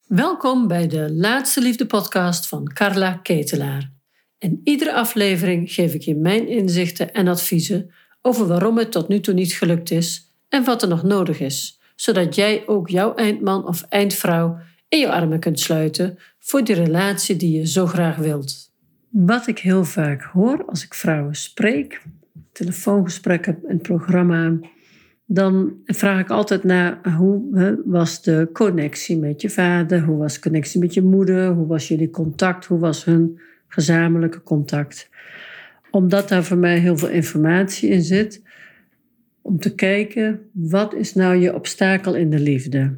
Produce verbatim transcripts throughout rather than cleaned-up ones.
Welkom bij de Laatste Liefde podcast van Carla Ketelaar. In iedere aflevering geef ik je mijn inzichten en adviezen over waarom het tot nu toe niet gelukt is en wat er nog nodig is, zodat jij ook jouw eindman of eindvrouw in je armen kunt sluiten voor die relatie die je zo graag wilt. Wat ik heel vaak hoor als ik vrouwen spreek, telefoongesprekken en programma, dan vraag ik altijd naar hoe was de connectie met je vader, hoe was de connectie met je moeder, hoe was jullie contact, hoe was hun gezamenlijke contact. Omdat daar voor mij heel veel informatie in zit, om te kijken, wat is nou je obstakel in de liefde?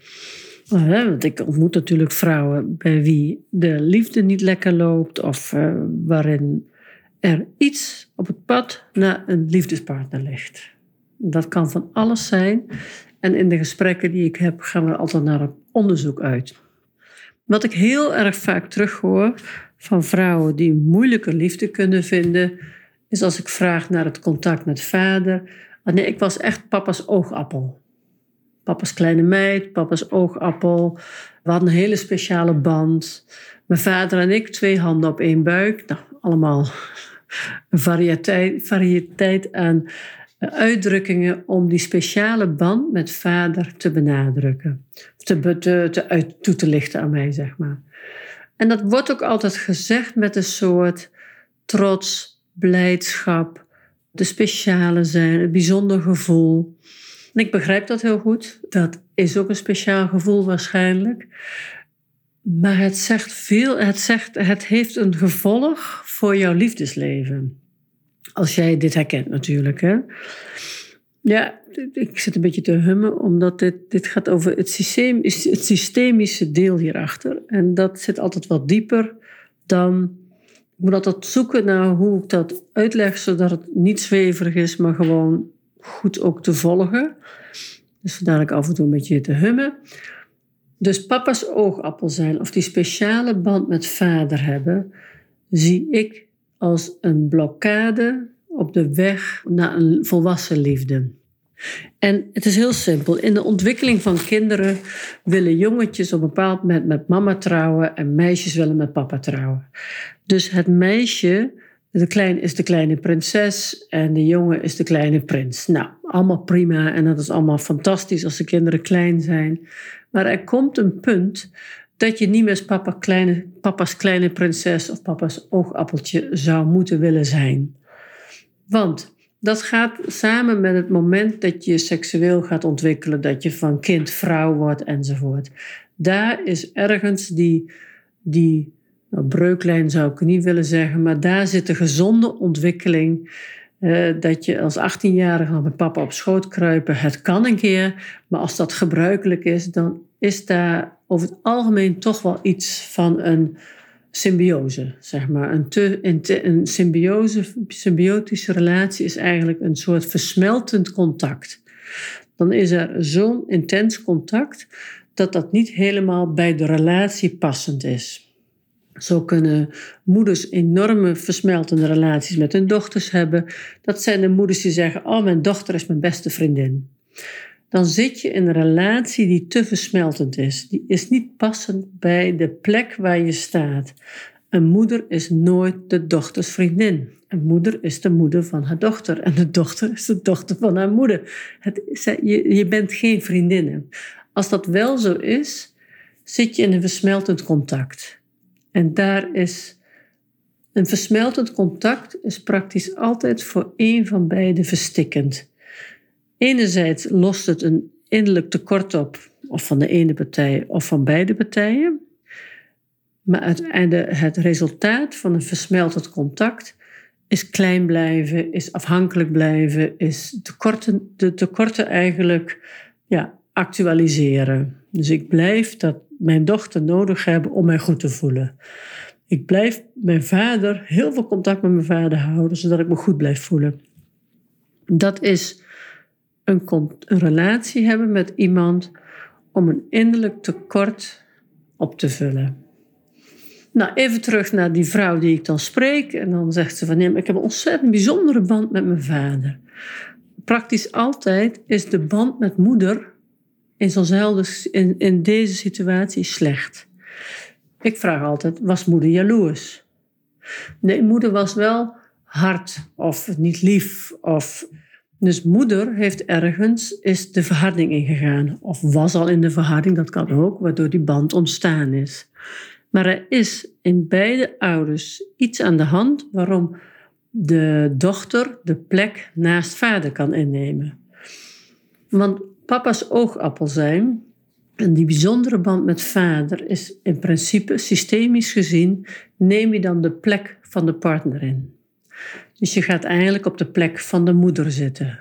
Want ik ontmoet natuurlijk vrouwen bij wie de liefde niet lekker loopt of uh, waarin er iets op het pad naar een liefdespartner ligt. Dat kan van alles zijn. En in de gesprekken die ik heb, gaan we altijd naar een onderzoek uit. Wat ik heel erg vaak terughoor van vrouwen die moeilijke liefde kunnen vinden, is als ik vraag naar het contact met vader. Ah, nee, ik was echt papa's oogappel. Papa's kleine meid, papa's oogappel. We hadden een hele speciale band. Mijn vader en ik, twee handen op één buik. Nou, allemaal een variëteit, variëteit aan uitdrukkingen om die speciale band met vader te benadrukken. Te, te, te, uit, toe te lichten aan mij, zeg maar. En dat wordt ook altijd gezegd met een soort trots, blijdschap, de speciale zijn, het bijzonder gevoel. En ik begrijp dat heel goed. Dat is ook een speciaal gevoel waarschijnlijk. Maar het zegt veel, het, zegt, het heeft een gevolg voor jouw liefdesleven. Als jij dit herkent natuurlijk. Hè? Ja, ik zit een beetje te hummen, omdat dit, dit gaat over het, systeem, het systemische deel hierachter. En dat zit altijd wat dieper dan... Ik moet altijd zoeken naar hoe ik dat uitleg, zodat het niet zweverig is, maar gewoon goed ook te volgen. Dus vandaar ik af en toe een beetje te hummen. Dus papa's oogappel zijn of die speciale band met vader hebben, zie ik als een blokkade op de weg naar een volwassen liefde. En het is heel simpel. In de ontwikkeling van kinderen willen jongetjes op een bepaald moment met mama trouwen en meisjes willen met papa trouwen. Dus het meisje, de klein, is de kleine prinses en de jongen is de kleine prins. Nou, allemaal prima en dat is allemaal fantastisch als de kinderen klein zijn. Maar er komt een punt dat je niet meer papa kleine, papa's kleine prinses of papa's oogappeltje zou moeten willen zijn. Want dat gaat samen met het moment dat je seksueel gaat ontwikkelen, dat je van kind vrouw wordt enzovoort. Daar is ergens die, die nou, breuklijn zou ik niet willen zeggen, maar daar zit de gezonde ontwikkeling. Uh, dat je als achttienjarige nog met papa op schoot kruipen, het kan een keer, maar als dat gebruikelijk is, dan is daar over het algemeen toch wel iets van een symbiose, zeg maar. Een, te, een, te, een symbiose, symbiotische relatie is eigenlijk een soort versmeltend contact. Dan is er zo'n intens contact dat dat niet helemaal bij de relatie passend is. Zo kunnen moeders enorme versmeltende relaties met hun dochters hebben. Dat zijn de moeders die zeggen, oh, mijn dochter is mijn beste vriendin. Dan zit je in een relatie die te versmeltend is. Die is niet passend bij de plek waar je staat. Een moeder is nooit de dochters vriendin. Een moeder is de moeder van haar dochter. En de dochter is de dochter van haar moeder. Het is, je, je bent geen vriendinnen. Als dat wel zo is, zit je in een versmeltend contact. En daar is een versmeltend contact is praktisch altijd voor één van beiden verstikkend. Enerzijds lost het een innerlijk tekort op, of van de ene partij of van beide partijen. Maar uiteindelijk het resultaat van een versmeltend contact is klein blijven, is afhankelijk blijven, is tekorten, de tekorten eigenlijk ja, actualiseren. Dus ik blijf dat mijn dochter nodig hebben om mij goed te voelen. Ik blijf mijn vader, heel veel contact met mijn vader houden, zodat ik me goed blijf voelen. Dat is een, een relatie hebben met iemand om een innerlijk tekort op te vullen. Nou, even terug naar die vrouw die ik dan spreek. En dan zegt ze van, nee, maar ik heb een ontzettend bijzondere band met mijn vader. Praktisch altijd is de band met moeder is ons helder in, in deze situatie slecht. Ik vraag altijd, was moeder jaloers? Nee, moeder was wel hard of niet lief. Of... Dus moeder heeft ergens, is de verharding ingegaan. Of was al in de verharding, dat kan ook, waardoor die band ontstaan is. Maar er is in beide ouders iets aan de hand waarom de dochter de plek naast vader kan innemen. Want papa's oogappel zijn, en die bijzondere band met vader is in principe, systemisch gezien, neem je dan de plek van de partner in. Dus je gaat eigenlijk op de plek van de moeder zitten.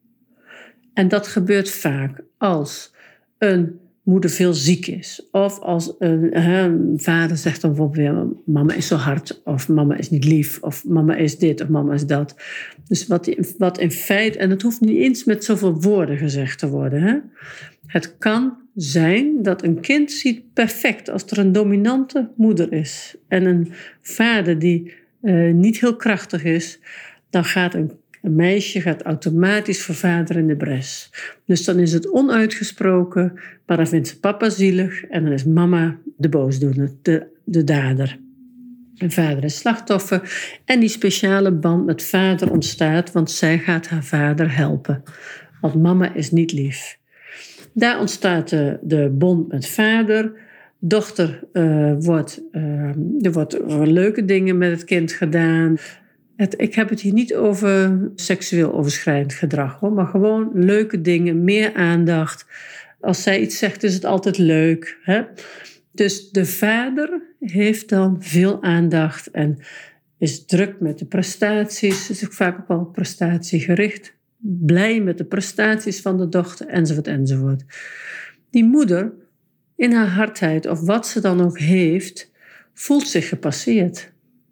En dat gebeurt vaak als een moeder veel ziek is. Of als een, een vader zegt dan bijvoorbeeld weer, mama is zo hard. Of mama is niet lief. Of mama is dit of mama is dat. Dus wat, wat in feite, en het hoeft niet eens met zoveel woorden gezegd te worden. Hè? Het kan zijn dat een kind ziet perfect als er een dominante moeder is. En een vader die uh, niet heel krachtig is, dan gaat een Een meisje gaat automatisch voor vader in de bres. Dus dan is het onuitgesproken, maar dan vindt ze papa zielig en dan is mama de boosdoener, de, de dader. En vader is slachtoffer en die speciale band met vader ontstaat, want zij gaat haar vader helpen. Want mama is niet lief. Daar ontstaat de, de bond met vader. Dochter, uh, wordt, uh, er worden leuke dingen met het kind gedaan. Het, ik heb het hier niet over seksueel overschrijdend gedrag, hoor, maar gewoon leuke dingen, meer aandacht. Als zij iets zegt, is het altijd leuk. Hè? Dus de vader heeft dan veel aandacht en is druk met de prestaties, is ook vaak ook wel prestatiegericht, blij met de prestaties van de dochter, enzovoort, enzovoort. Die moeder, in haar hardheid of wat ze dan ook heeft, voelt zich gepasseerd.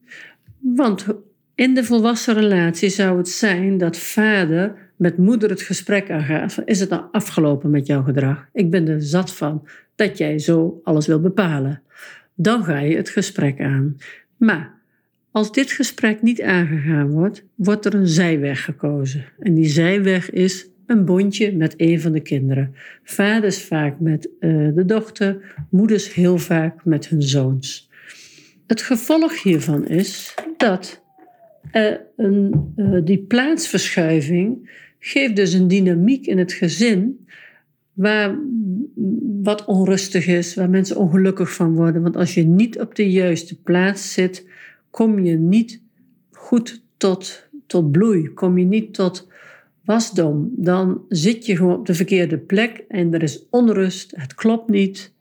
Want in de volwassen relatie zou het zijn dat vader met moeder het gesprek aangaat. Is het nou afgelopen met jouw gedrag? Ik ben er zat van dat jij zo alles wil bepalen. Dan ga je het gesprek aan. Maar als dit gesprek niet aangegaan wordt, wordt er een zijweg gekozen. En die zijweg is een bondje met een van de kinderen. Vaders vaak met uh, de dochter, moeders heel vaak met hun zoons. Het gevolg hiervan is dat Uh, een, uh, die plaatsverschuiving geeft dus een dynamiek in het gezin waar wat onrustig is, waar mensen ongelukkig van worden. Want als je niet op de juiste plaats zit, kom je niet goed tot, tot bloei, kom je niet tot wasdom. Dan zit je gewoon op de verkeerde plek en er is onrust, het klopt niet.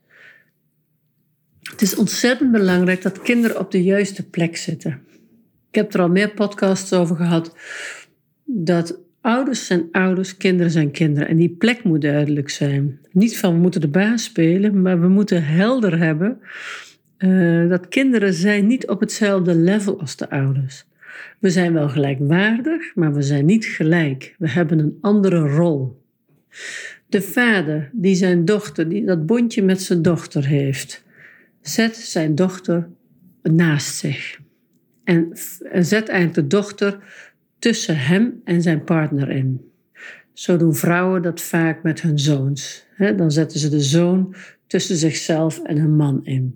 Het is ontzettend belangrijk dat kinderen op de juiste plek zitten. Ik heb er al meer podcasts over gehad, dat ouders zijn ouders, kinderen zijn kinderen. En die plek moet duidelijk zijn. Niet van we moeten de baas spelen, maar we moeten helder hebben uh, dat kinderen zijn niet op hetzelfde level als de ouders. We zijn wel gelijkwaardig, maar we zijn niet gelijk. We hebben een andere rol. De vader die zijn dochter, die dat bondje met zijn dochter heeft, zet zijn dochter naast zich. En zet eigenlijk de dochter tussen hem en zijn partner in. Zo doen vrouwen dat vaak met hun zoons. Dan zetten ze de zoon tussen zichzelf en hun man in.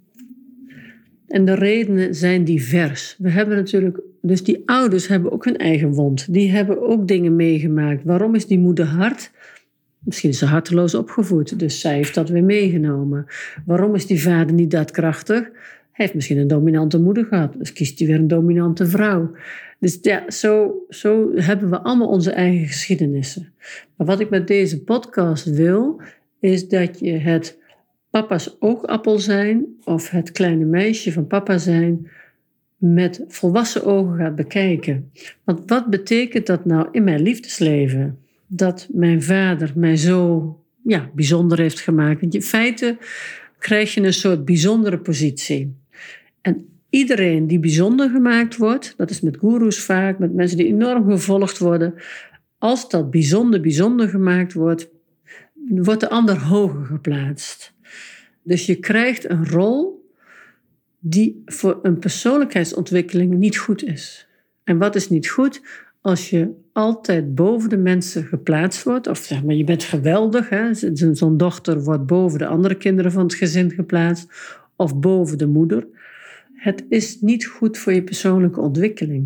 En de redenen zijn divers. We hebben natuurlijk, dus die ouders hebben ook hun eigen wond. Die hebben ook dingen meegemaakt. Waarom is die moeder hard? Misschien is ze harteloos opgevoed, dus zij heeft dat weer meegenomen. Waarom is die vader niet daadkrachtig? Hij heeft misschien een dominante moeder gehad, dus kiest hij weer een dominante vrouw. Dus ja, zo, zo hebben we allemaal onze eigen geschiedenissen. Maar wat ik met deze podcast wil, is dat je het papa's oogappel zijn of het kleine meisje van papa zijn met volwassen ogen gaat bekijken. Want wat betekent dat nou in mijn liefdesleven? Dat mijn vader mij zo ja, bijzonder heeft gemaakt. Want in feite krijg je een soort bijzondere positie. En iedereen die bijzonder gemaakt wordt, dat is met goeroes vaak, met mensen die enorm gevolgd worden, als dat bijzonder bijzonder gemaakt wordt, wordt de ander hoger geplaatst. Dus je krijgt een rol die voor een persoonlijkheidsontwikkeling niet goed is. En wat is niet goed? als je altijd boven de mensen geplaatst wordt, of zeg maar, je bent geweldig, hè? Zo'n dochter wordt boven de andere kinderen van het gezin geplaatst, of boven de moeder. Het is niet goed voor je persoonlijke ontwikkeling.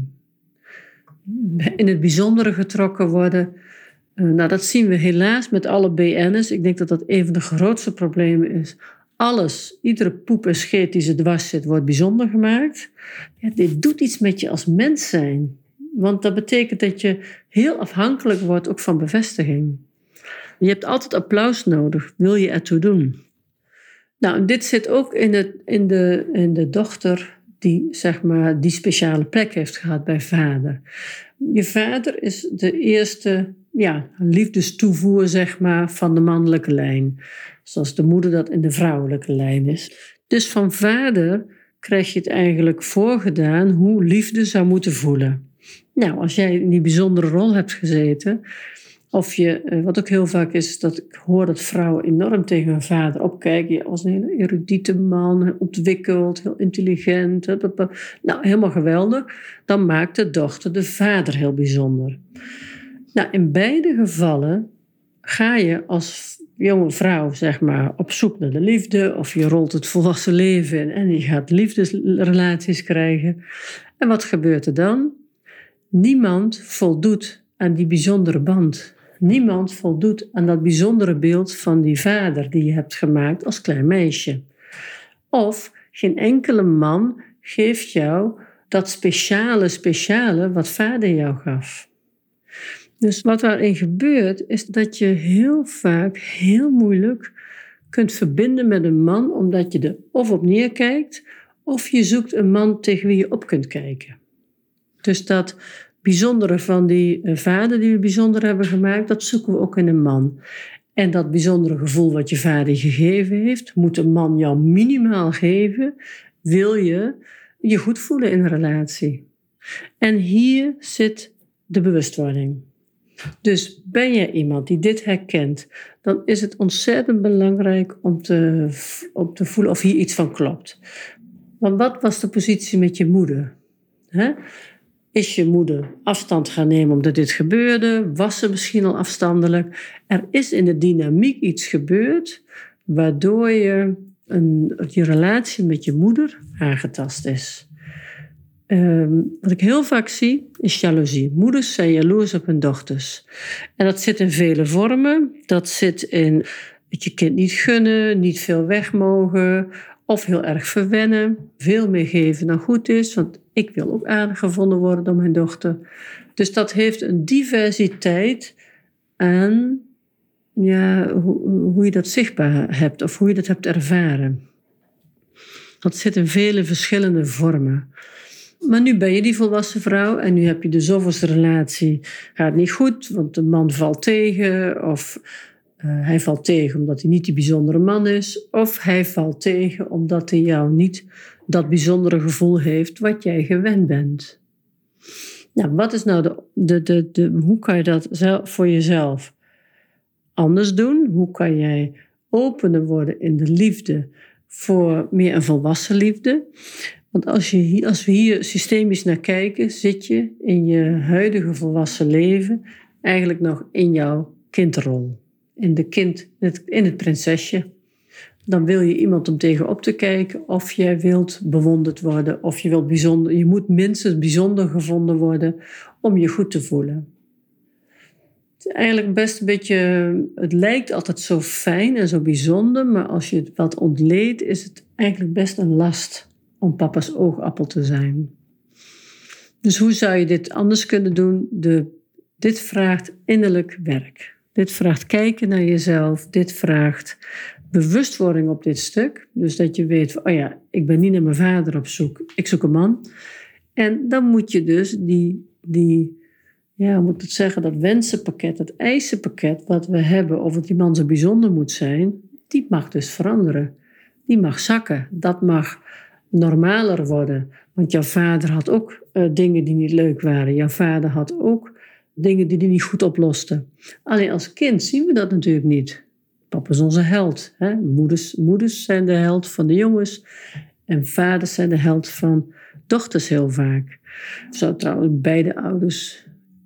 In het bijzondere getrokken worden, nou, dat zien we helaas met alle B N'ers. Ik denk dat dat een van de grootste problemen is. Alles, iedere poep en scheet die ze dwars zit, wordt bijzonder gemaakt. Ja, dit doet iets met je als mens zijn. Want dat betekent dat je heel afhankelijk wordt ook van bevestiging. Je hebt altijd applaus nodig, wil je ertoe doen. Nou, en dit zit ook in de, in de, in de dochter die, zeg maar, die speciale plek heeft gehad bij vader. Je vader is de eerste, ja, liefdestoevoer, zeg maar, van de mannelijke lijn. Zoals de moeder dat in de vrouwelijke lijn is. Dus van vader krijg je het eigenlijk voorgedaan hoe liefde zou moeten voelen. Nou, als jij in die bijzondere rol hebt gezeten, of je, wat ook heel vaak is, dat ik hoor dat vrouwen enorm tegen hun vader opkijken, als een hele erudite man, ontwikkeld, heel intelligent, nou, helemaal geweldig, dan maakt de dochter de vader heel bijzonder. Nou, in beide gevallen ga je als jonge vrouw, zeg maar, op zoek naar de liefde, of je rolt het volwassen leven in en je gaat liefdesrelaties krijgen. En wat gebeurt er dan? Niemand voldoet aan die bijzondere band. Niemand voldoet aan dat bijzondere beeld van die vader die je hebt gemaakt als klein meisje. Of geen enkele man geeft jou dat speciale, speciale wat vader jou gaf. Dus wat daarin gebeurt, is dat je heel vaak heel moeilijk kunt verbinden met een man, omdat je er of op neerkijkt, of je zoekt een man tegen wie je op kunt kijken. Dus dat bijzondere van die vader die we bijzonder hebben gemaakt, dat zoeken we ook in een man. En dat bijzondere gevoel wat je vader gegeven heeft, moet een man jou minimaal geven, wil je je goed voelen in een relatie. En hier zit de bewustwording. Dus ben jij iemand die dit herkent, dan is het ontzettend belangrijk om te, om te voelen of hier iets van klopt. Want wat was de positie met je moeder? He? Is je moeder afstand gaan nemen omdat dit gebeurde? Was ze misschien al afstandelijk? Er is in de dynamiek iets gebeurd waardoor je, een, je relatie met je moeder aangetast is. Um, wat ik heel vaak zie, is jaloezie. Moeders zijn jaloers op hun dochters. En dat zit in vele vormen. Dat zit in het je kind niet gunnen, niet veel weg mogen, of heel erg verwennen, veel meer geven dan goed is, want ik wil ook aangevonden worden door mijn dochter. Dus dat heeft een diversiteit aan ja, hoe, hoe je dat zichtbaar hebt of hoe je dat hebt ervaren. Dat zit in vele verschillende vormen. Maar nu ben je die volwassen vrouw en nu heb je de zoveelste relatie. Gaat niet goed, want de man valt tegen. Of uh, hij valt tegen omdat hij niet die bijzondere man is. Of hij valt tegen omdat hij jou niet dat bijzondere gevoel heeft wat jij gewend bent. Nou, wat is nou de, de, de, de, hoe kan je dat zelf, voor jezelf anders doen? Hoe kan jij opener worden in de liefde voor meer een volwassen liefde? Want als, je hier, als we hier systemisch naar kijken, zit je in je huidige volwassen leven eigenlijk nog in jouw kindrol. In, de kind, in, het, in het prinsesje. Dan wil je iemand om tegenop te kijken of jij wilt bewonderd worden. Of je wilt bijzonder, je moet minstens bijzonder gevonden worden om je goed te voelen. Het is eigenlijk best een beetje, het lijkt altijd zo fijn en zo bijzonder, maar als je het wat ontleedt, is het eigenlijk best een last om papa's oogappel te zijn. Dus hoe zou je dit anders kunnen doen? De, dit vraagt innerlijk werk. Dit vraagt kijken naar jezelf. Dit vraagt bewustwording op dit stuk. Dus dat je weet van, oh ja, ik ben niet naar mijn vader op zoek. Ik zoek een man. En dan moet je dus die, die ja, hoe moet ik het zeggen, dat wensenpakket, dat eisenpakket wat we hebben over die man zo bijzonder moet zijn, die mag dus veranderen. Die mag zakken. Dat mag normaler worden. Want jouw vader had ook uh, dingen die niet leuk waren. Jouw vader had ook dingen die hij niet goed oploste. Alleen als kind zien we dat natuurlijk niet. Papa is onze held. Hè? Moeders, moeders zijn de held van de jongens. En vaders zijn de held van dochters heel vaak. Zou trouwens beide ouders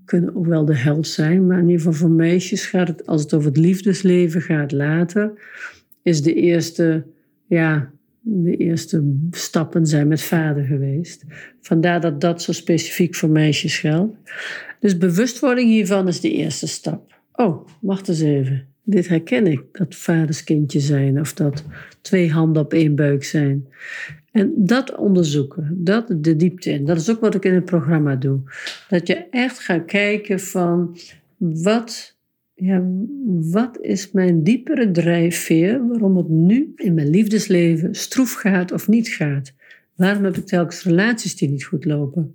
kunnen ook wel de held zijn. Maar in ieder geval voor meisjes gaat het, als het over het liefdesleven gaat later, is de eerste, ja, de eerste stappen zijn met vader geweest. Vandaar dat dat zo specifiek voor meisjes geldt. Dus bewustwording hiervan is de eerste stap. Oh, wacht eens even. Dit herken ik, dat vaderskindje zijn of dat twee handen op één buik zijn. En dat onderzoeken, dat de diepte in. Dat is ook wat ik in het programma doe. Dat je echt gaat kijken van wat, ja, wat is mijn diepere drijfveer waarom het nu in mijn liefdesleven stroef gaat of niet gaat. Waarom heb ik telkens relaties die niet goed lopen?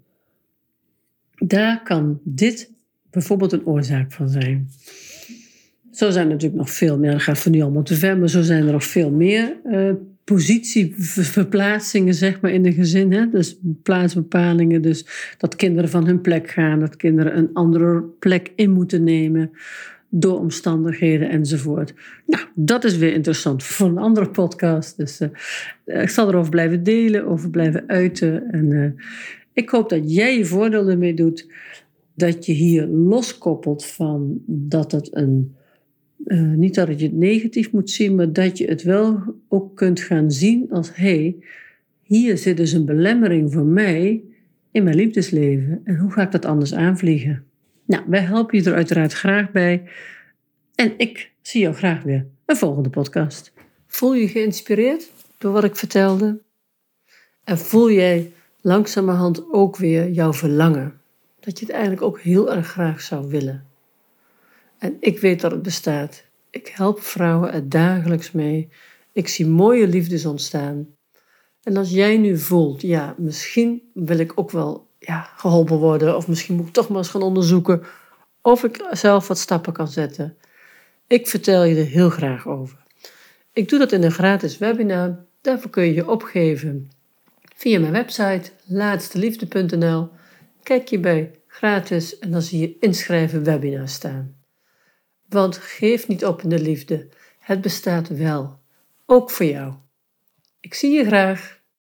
Daar kan dit bijvoorbeeld een oorzaak van zijn. Zo zijn er natuurlijk nog veel meer, dat gaat voor nu allemaal te ver, maar zo zijn er nog veel meer uh, positieverplaatsingen zeg maar, in een gezin. Hè? Dus plaatsbepalingen, dus dat kinderen van hun plek gaan, dat kinderen een andere plek in moeten nemen door omstandigheden enzovoort. Nou, dat is weer interessant voor een andere podcast. Dus uh, ik zal erover blijven delen, over blijven uiten. En uh, ik hoop dat jij je voordeel ermee doet, dat je hier loskoppelt van dat het een Uh, niet dat je het negatief moet zien, maar dat je het wel ook kunt gaan zien als hé, hey, hier zit dus een belemmering voor mij in mijn liefdesleven. En hoe ga ik dat anders aanvliegen? Nou, wij helpen je er uiteraard graag bij. En ik zie jou graag weer een volgende podcast. Voel je geïnspireerd door wat ik vertelde? En voel jij langzamerhand ook weer jouw verlangen? Dat je het eigenlijk ook heel erg graag zou willen. En ik weet dat het bestaat. Ik help vrouwen er dagelijks mee. Ik zie mooie liefdes ontstaan. En als jij nu voelt, ja, misschien wil ik ook wel ja, geholpen worden. Of misschien moet ik toch maar eens gaan onderzoeken of ik zelf wat stappen kan zetten. Ik vertel je er heel graag over. Ik doe dat in een gratis webinar. Daarvoor kun je je opgeven via mijn website laatsteliefde punt n l. Kijk je bij gratis en dan zie je inschrijven webinar staan. Want geef niet op in de liefde. Het bestaat wel. Ook voor jou. Ik zie je graag.